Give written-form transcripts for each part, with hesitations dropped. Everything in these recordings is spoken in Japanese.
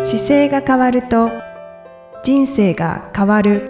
姿勢が変わると人生が変わる。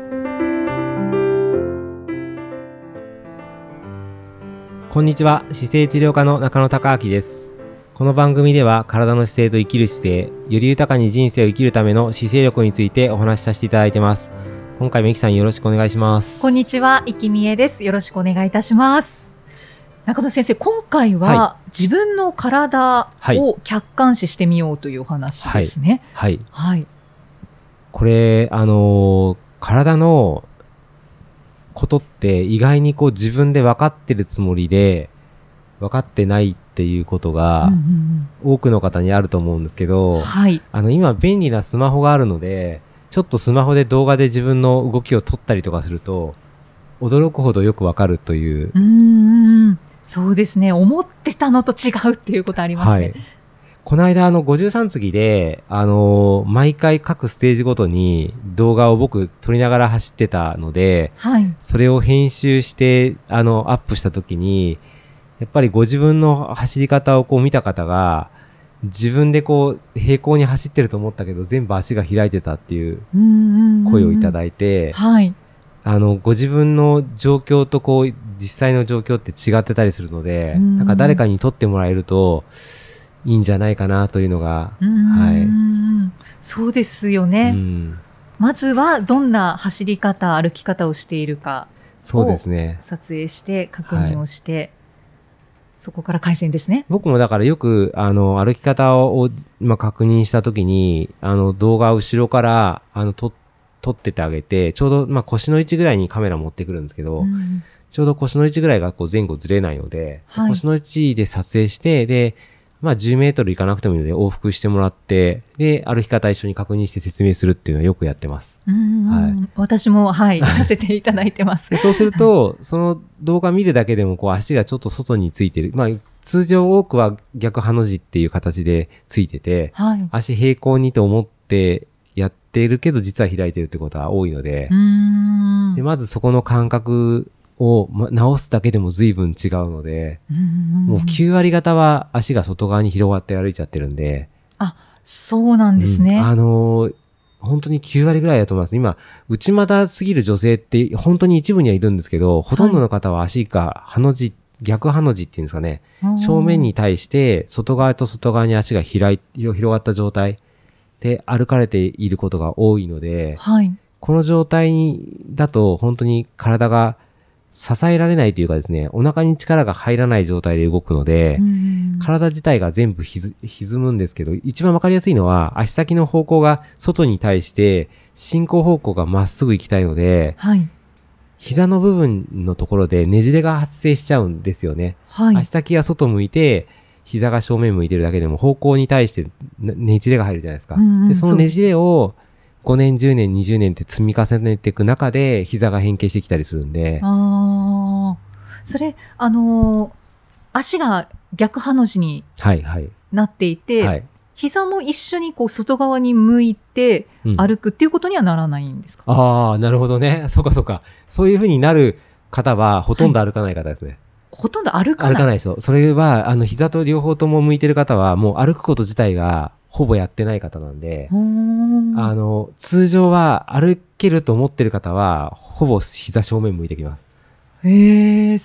こんにちは、姿勢治療科の中野孝明です。この番組では体の姿勢と生きる姿勢、より豊かに人生を生きるための姿勢力についてお話しさせていただいてます。今回もいきさんよろしくお願いします。 こんにちは、いきみえです。よろしくお願いいたします。中野先生、今回は、自分の体を客観視してみようというお話ですね。 はい。これ、体のことって意外にこう自分で分かってるつもりで分かってないっていうことが多くの方にあると思うんですけど、今便利なスマホがあるので、ちょっとスマホで動画で自分の動きを撮ったりとかすると驚くほどよく分かるという。 そうですね。思ってたのと違うっていうことありますね。 この間53次で毎回各ステージごとに動画を僕撮りながら走ってたので、それを編集してアップした時にやっぱりご自分の走り方をこう見た方が、自分でこう平行に走ってると思ったけど全部足が開いてたっていう声をいただいて、ご自分の状況とこう実際の状況って違ってたりするので、なんか誰かに撮ってもらえるといいんじゃないかなというのが、 そうですよね。まずはどんな走り方、歩き方をしているかを撮影して確認をして、そこから改善ですね。 僕もだからよく歩き方を確認したときに動画を後ろから撮っててあげて、ちょうど腰の位置ぐらいにカメラ持ってくるんですけど、ちょうど腰の位置ぐらいがこう前後ずれないので、腰の位置で撮影して、で10メートル行かなくてもいいので往復してもらって、で歩き方一緒に確認して説明するっていうのはよくやってます。 私もさせていただいてます。 でそうするとその動画見るだけでもこう足がちょっと外についてる。通常多くは逆ハの字っていう形でついてて、足平行にと思ってやってるけど実は開いてるってことは多いので、まずそこの感覚を直すだけでも随分違うので、もう9割方は足が外側に広がって歩いちゃってるんで。 そうなんですね。 本当に9割ぐらいだと思います。今内股すぎる女性って本当に一部にはいるんですけど、ほとんどの方は足がハの字、逆ハの字っていうんですかね、正面に対して外側と外側に足が広がった状態で歩かれていることが多いので、この状態だと本当に体が支えられないというかですね、お腹に力が入らない状態で動くので、体自体が全部歪むんですけど、一番わかりやすいのは足先の方向が外に対して進行方向がまっすぐ行きたいので、膝の部分のところでねじれが発生しちゃうんですよね。足先が外向いて膝が正面向いてるだけでも方向に対してねじれが入るじゃないですか。でそのねじれを5年、10年、20年って積み重ねていく中で膝が変形してきたりするんで。 それ、足が逆ハの字になっていて、膝も一緒にこう外側に向いて歩くっていうことにはならないんですか？ なるほどね。そうか。そういう風になる方はほとんど歩かない方ですね。 ほとんど歩かない人。それは、膝と両方とも向いてる方はもう歩くこと自体がほぼやってない方なんで、通常は歩けると思ってる方はほぼ膝正面向いてきます。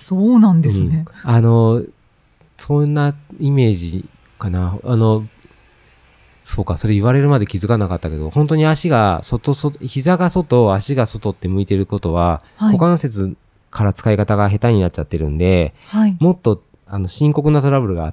そうなんですね。 そんなイメージかな。そうか、それ言われるまで気づかなかったけど、本当に足が膝が外、足が外って向いてることは、股関節から使い方が下手になっちゃってるんで、もっと深刻なトラブルがあって、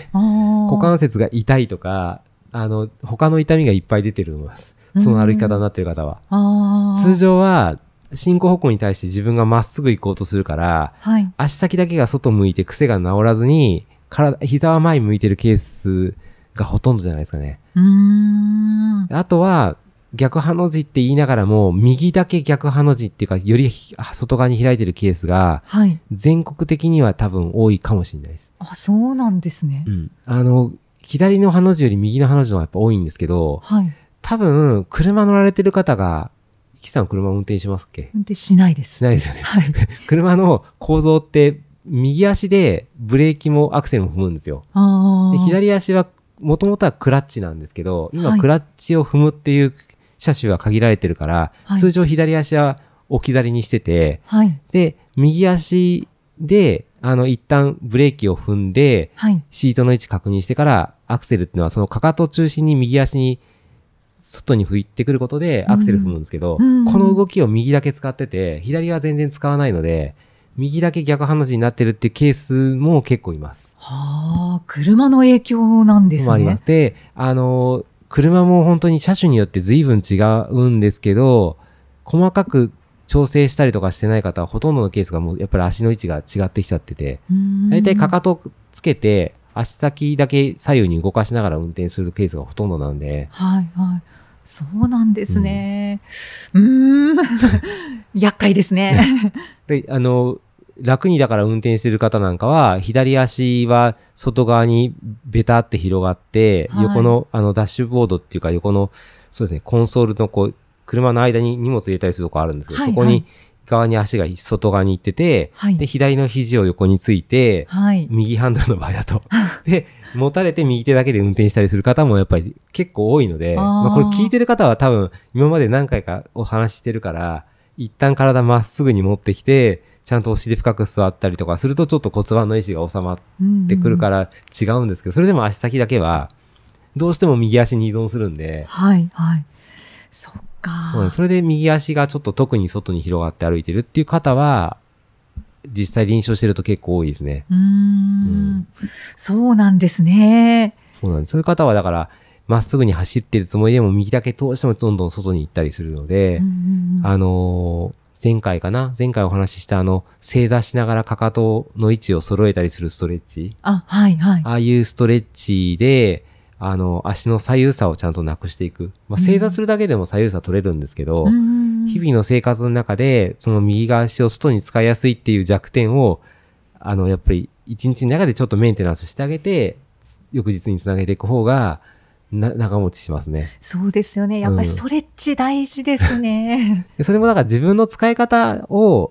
股関節が痛いとか、他の痛みがいっぱい出てると思います。その歩き方になってる方は。通常は、進行方向に対して自分がまっすぐ行こうとするから、足先だけが外向いて癖が治らずに、膝は前向いてるケースがほとんどじゃないですかね。あとは、逆ハの字って言いながらも、右だけ逆ハの字っていうか、より外側に開いてるケースが、全国的には多分多いかもしれないです。 そうなんですね。 左のハの字より右のハの字の方がやっぱ多いんですけど、多分、車乗られてる方が、キさん車運転しますっけ？ 運転しないです。 しないですよね。車の構造って、右足でブレーキもアクセルも踏むんですよ。で左足はもともとはクラッチなんですけど、今、 はいクラッチを踏むっていう車種は限られてるから、 はい通常左足は置き去りにしてて、 はい。 で、右足で、一旦ブレーキを踏んで、 はい。 シートの位置確認してから、アクセルっていうのはそのかかとを中心に右足に外に吹いてくることでアクセル踏むんですけど、 うんこの動きを右だけ使ってて、左は全然使わないので、右だけ逆ハの字になってるっていうケースも結構います。 はあ、車の影響なんですね。 もあります。で、車も本当に車種によって随分違うんですけど、細かく調整したりとかしてない方はほとんどのケースがもうやっぱり足の位置が違ってきちゃってて、だいたいかかとつけて足先だけ左右に動かしながら運転するケースがほとんどなんで。 はいはい。そうなんですね。厄介ですね。 で、楽にだから運転してる方なんかは、左足は外側にベタって広がって、 はい横のダッシュボードっていうか横の、そうですね、コンソールのこう、車の間に荷物入れたりするとこあるんですけど、 はいはいそこに側に足が外側に行ってて、 はいで、左の肘を横について、 はい。 右ハンドルの場合だと。で、持たれて右手だけで運転したりする方もやっぱり結構多いので、まあこれ聞いてる方は多分今まで何回かお話ししてるから、一旦体まっすぐに持ってきて、ちゃんとお尻深く座ったりとかするとちょっと骨盤の意思が収まってくるから違うんですけど、それでも足先だけはどうしても右足に依存するんで、 はいはい。そっか。 そうなんです。それで右足がちょっと特に外に広がって歩いてるっていう方は、実際臨床してると結構多いですね。 そうなんですね。 そうなんです。そういう方はだから、まっすぐに走ってるつもりでも右だけどうしてもどんどん外に行ったりするので、前回お話しした正座しながらかかとの位置を揃えたりするストレッチ。 はいはい。 ああいうストレッチで、足の左右差をちゃんとなくしていく。まあ、正座するだけでも左右差取れるんですけど、日々の生活の中で、その右側足を外に使いやすいっていう弱点を、やっぱり一日の中でちょっとメンテナンスしてあげて、翌日につなげていく方が、長持ちしますね。 そうですよね。やっぱりストレッチ大事ですね。 でそれもだから自分の使い方を、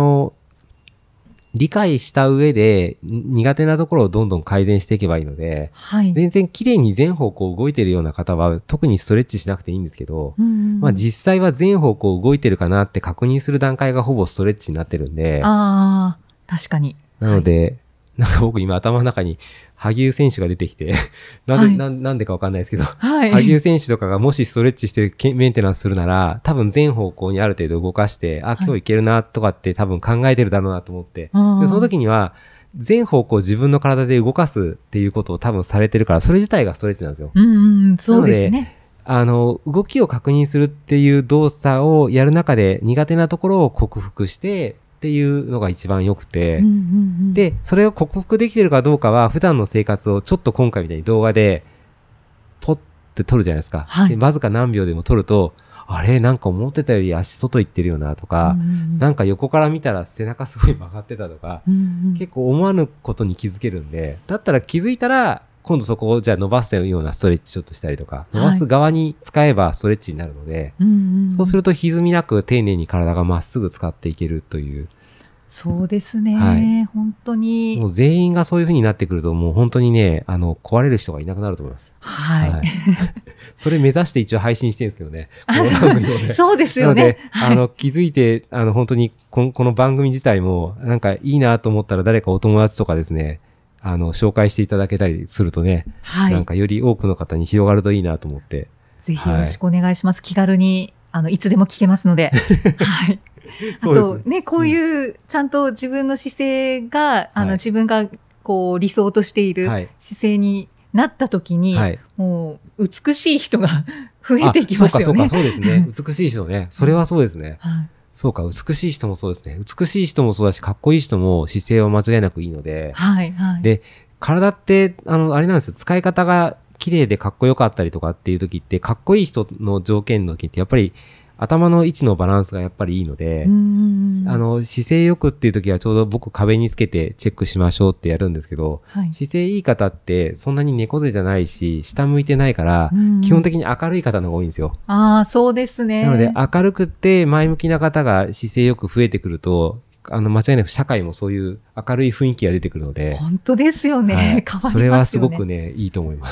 理解した上で苦手なところをどんどん改善していけばいいので、 はい、 全然綺麗に全方向動いてるような方は特にストレッチしなくていいんですけど、まあ実際は全方向動いてるかなって確認する段階がほぼストレッチになってるんで。 確かに。 なので、なんか僕今頭の中に萩生選手が出てきてなんでかわかんないですけど、萩生選手とかがもしストレッチしてメンテナンスするなら、多分全方向にある程度動かして、今日いけるなとかって多分考えてるだろうなと思って、でその時には全方向自分の体で動かすっていうことを多分されてるから、それ自体がストレッチなんですよ。 そうですね。 動きを確認するっていう動作をやる中で苦手なところを克服して、っていうのが一番良くて、で、それを克服できてるかどうかは、普段の生活をちょっと今回みたいに動画で、ポッて撮るじゃないですか。でわずか何秒でも撮ると、あれなんか思ってたより足外行ってるよなとか、なんか横から見たら背中すごい曲がってたとか、結構思わぬことに気づけるんで、だったら気づいたら、今度そこをじゃあ伸ばすようなストレッチちょっとしたりとか、伸ばす側に使えばストレッチになるので、そうすると歪みなく丁寧に体がまっすぐ使っていけるという。 そうですね、本当に。 もう全員がそういう風になってくると、もう本当にね、壊れる人がいなくなると思います。それ目指して一応配信してるんですけどね。 そうですよね。 なので、気づいて、本当にこの番組自体も、なんかいいなと思ったら誰かお友達とかですね、紹介していただけたりするとね、なんかより多くの方に広がるといいなと思って。 ぜひよろしくお願いします。気軽に、いつでも聞けますので。はい。あとね、こういう、ちゃんと自分の姿勢が、自分がこう理想としている姿勢になった時に、もう美しい人が増えていきますよね。 そうですね。美しい人ね。それはそうですね。そうか、美しい人もそうですね。美しい人もそうだし、かっこいい人も姿勢は間違いなくいいので。で、体って、あれなんですよ。使い方が綺麗でかっこよかったりとかっていう時って、かっこいい人の条件の時って、やっぱり、頭の位置のバランスがやっぱりいいので、姿勢よくっていう時はちょうど僕壁につけてチェックしましょうってやるんですけど、姿勢いい方ってそんなに猫背じゃないし、下向いてないから、基本的に明るい方の方が多いんですよ。 そうですね。 なので明るくって前向きな方が姿勢よく増えてくると、 間違いなく社会もそういう明るい雰囲気が出てくるので。 本当ですよね。はい、変わりますよね。 それはすごくね、いいと思います。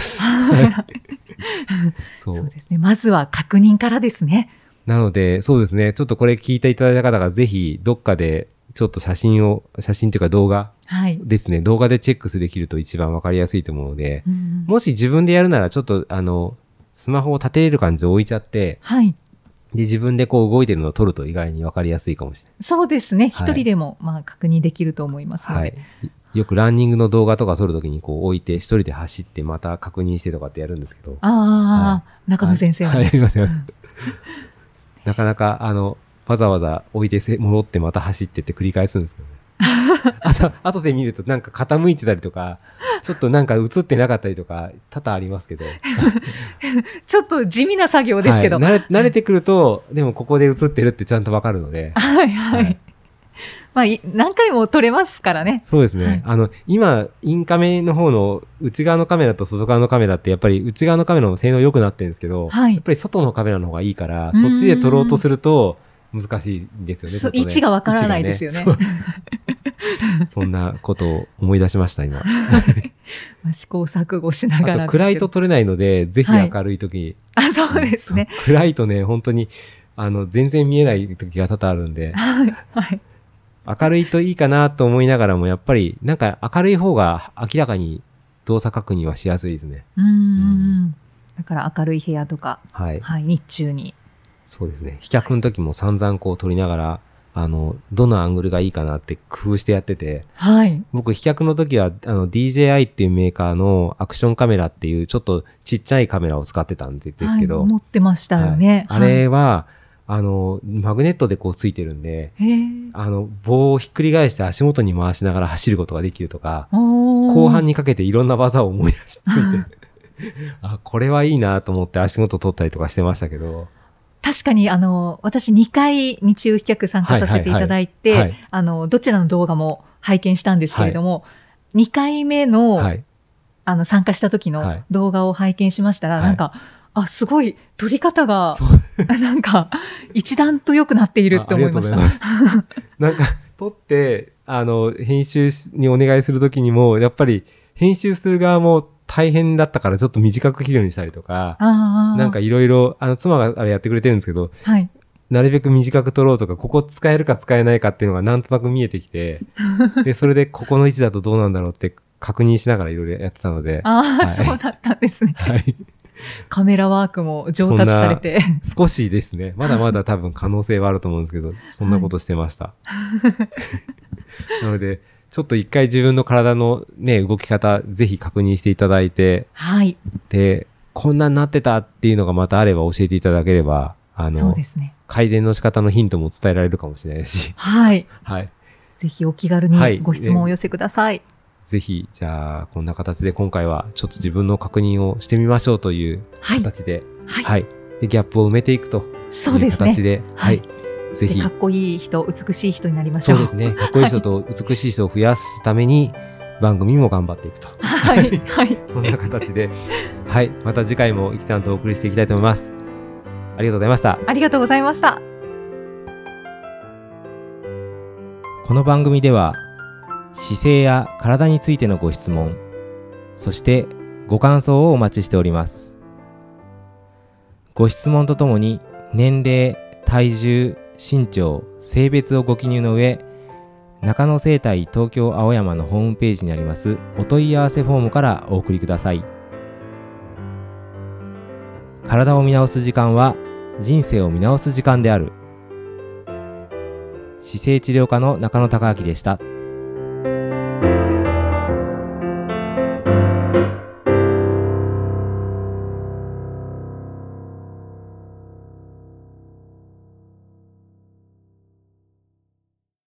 そうですね。まずは確認からですね。 なので、そうですね。ちょっとこれ聞いていただいた方がぜひどっかでちょっと写真というか動画ですね、はい、動画でチェックできると一番わかりやすいと思うので、もし自分でやるならちょっとスマホを立てれる感じで置いちゃって、はい、で自分でこう動いてるのを撮ると意外にわかりやすいかもしれない。 そうですね。一人でもまあ確認できると思いますので。はい、 よくランニングの動画とか撮るときにこう置いて一人で走ってまた確認してとかってやるんですけど。 はい、中野先生は。 はい、やります。なかなかわざわざ置いて戻ってまた走ってって繰り返すんですけどね。後で見るとなんか傾いてたりとか、ちょっとなんか映ってなかったりとか多々ありますけど。 ちょっと地味な作業ですけど。 はい、慣れてくると、でもここで映ってるってちゃんとわかるので。 はいはい。はい、まあ、何回も撮れますからね。 そうですね。はい、今、インカメの方の内側のカメラと外側のカメラってやっぱり内側のカメラの性能良くなってるんですけど、はい、やっぱり外のカメラの方がいいから、そっちで撮ろうとすると難しいんですよね。 位置がわからないですよね。 そんなことを思い出しました、今。 試行錯誤しながら。 あと暗いと撮れないので、ぜひ明るい時に。 はい、そうですね。 暗いとね、本当に、全然見えない時が多々あるんで。はい。はい。明るいといいかなと思いながらも、やっぱりなんか明るい方が明らかに動作確認はしやすいですね。 だから明るい部屋とか、はい、はい、日中に。 そうですね。飛脚の時も散々こう撮りながら、どのアングルがいいかなって工夫してやってて、はい、僕飛脚の時はDJI っていうメーカーのアクションカメラっていうちょっとちっちゃいカメラを使ってたんですけど、 はい、持ってましたよね。 はい、あれは、マグネットでこうついてるんで、棒をひっくり返して足元に回しながら走ることができるとか、後半にかけていろんな技を思い出しついて、これはいいなと思って足元取ったりとかしてましたけど、 確かに私2回日中飛脚参加させていただいて、どちらの動画も拝見したんですけれども、2回目の、参加した時の動画を拝見しましたら、なんか、すごい撮り方が、なんか、一段と良くなっているって思いました。 なんか、撮って、編集にお願いする時にも、やっぱり、編集する側も大変だったからちょっと短く切るようにしたりとか、なんかいろいろ、妻があれやってくれてるんですけど、はい、なるべく短く撮ろうとか、ここ使えるか使えないかっていうのがなんとなく見えてきて、で、それでここの位置だとどうなんだろうって確認しながらいろいろやってたので。 はい、そうだったんですね。はい。カメラワークも上達されて。 少しですね。まだまだ多分可能性はあると思うんですけど、そんなことしてました。なので、ちょっと一回自分の体のね、動き方、ぜひ確認していただいて、はい。で、こんなになってたっていうのがまたあれば教えていただければ、 そうですね。 改善の仕方のヒントも伝えられるかもしれないし。 はい。はい。ぜひお気軽にご質問をお寄せください。 ぜひ、じゃあ、こんな形で今回はちょっと自分の確認をしてみましょうという形で、はい。はい。で、ギャップを埋めていくという形で、はい。ぜひ。 かっこいい人、美しい人になりましょう。 そうですね。かっこいい人と美しい人を増やすために、番組も頑張っていくと。はい。はい。そんな形で、はい。また次回もイキさんとお送りしていきたいと思います。ありがとうございました。 ありがとうございました。 この番組では、姿勢や体についてのご質問、そしてご感想をお待ちしております。ご質問とともに年齢、体重、身長、性別をご記入の上、中野生態東京青山のホームページにありますお問い合わせフォームからお送りください。体を見直す時間は人生を見直す時間である。姿勢治療科の中野孝明でした。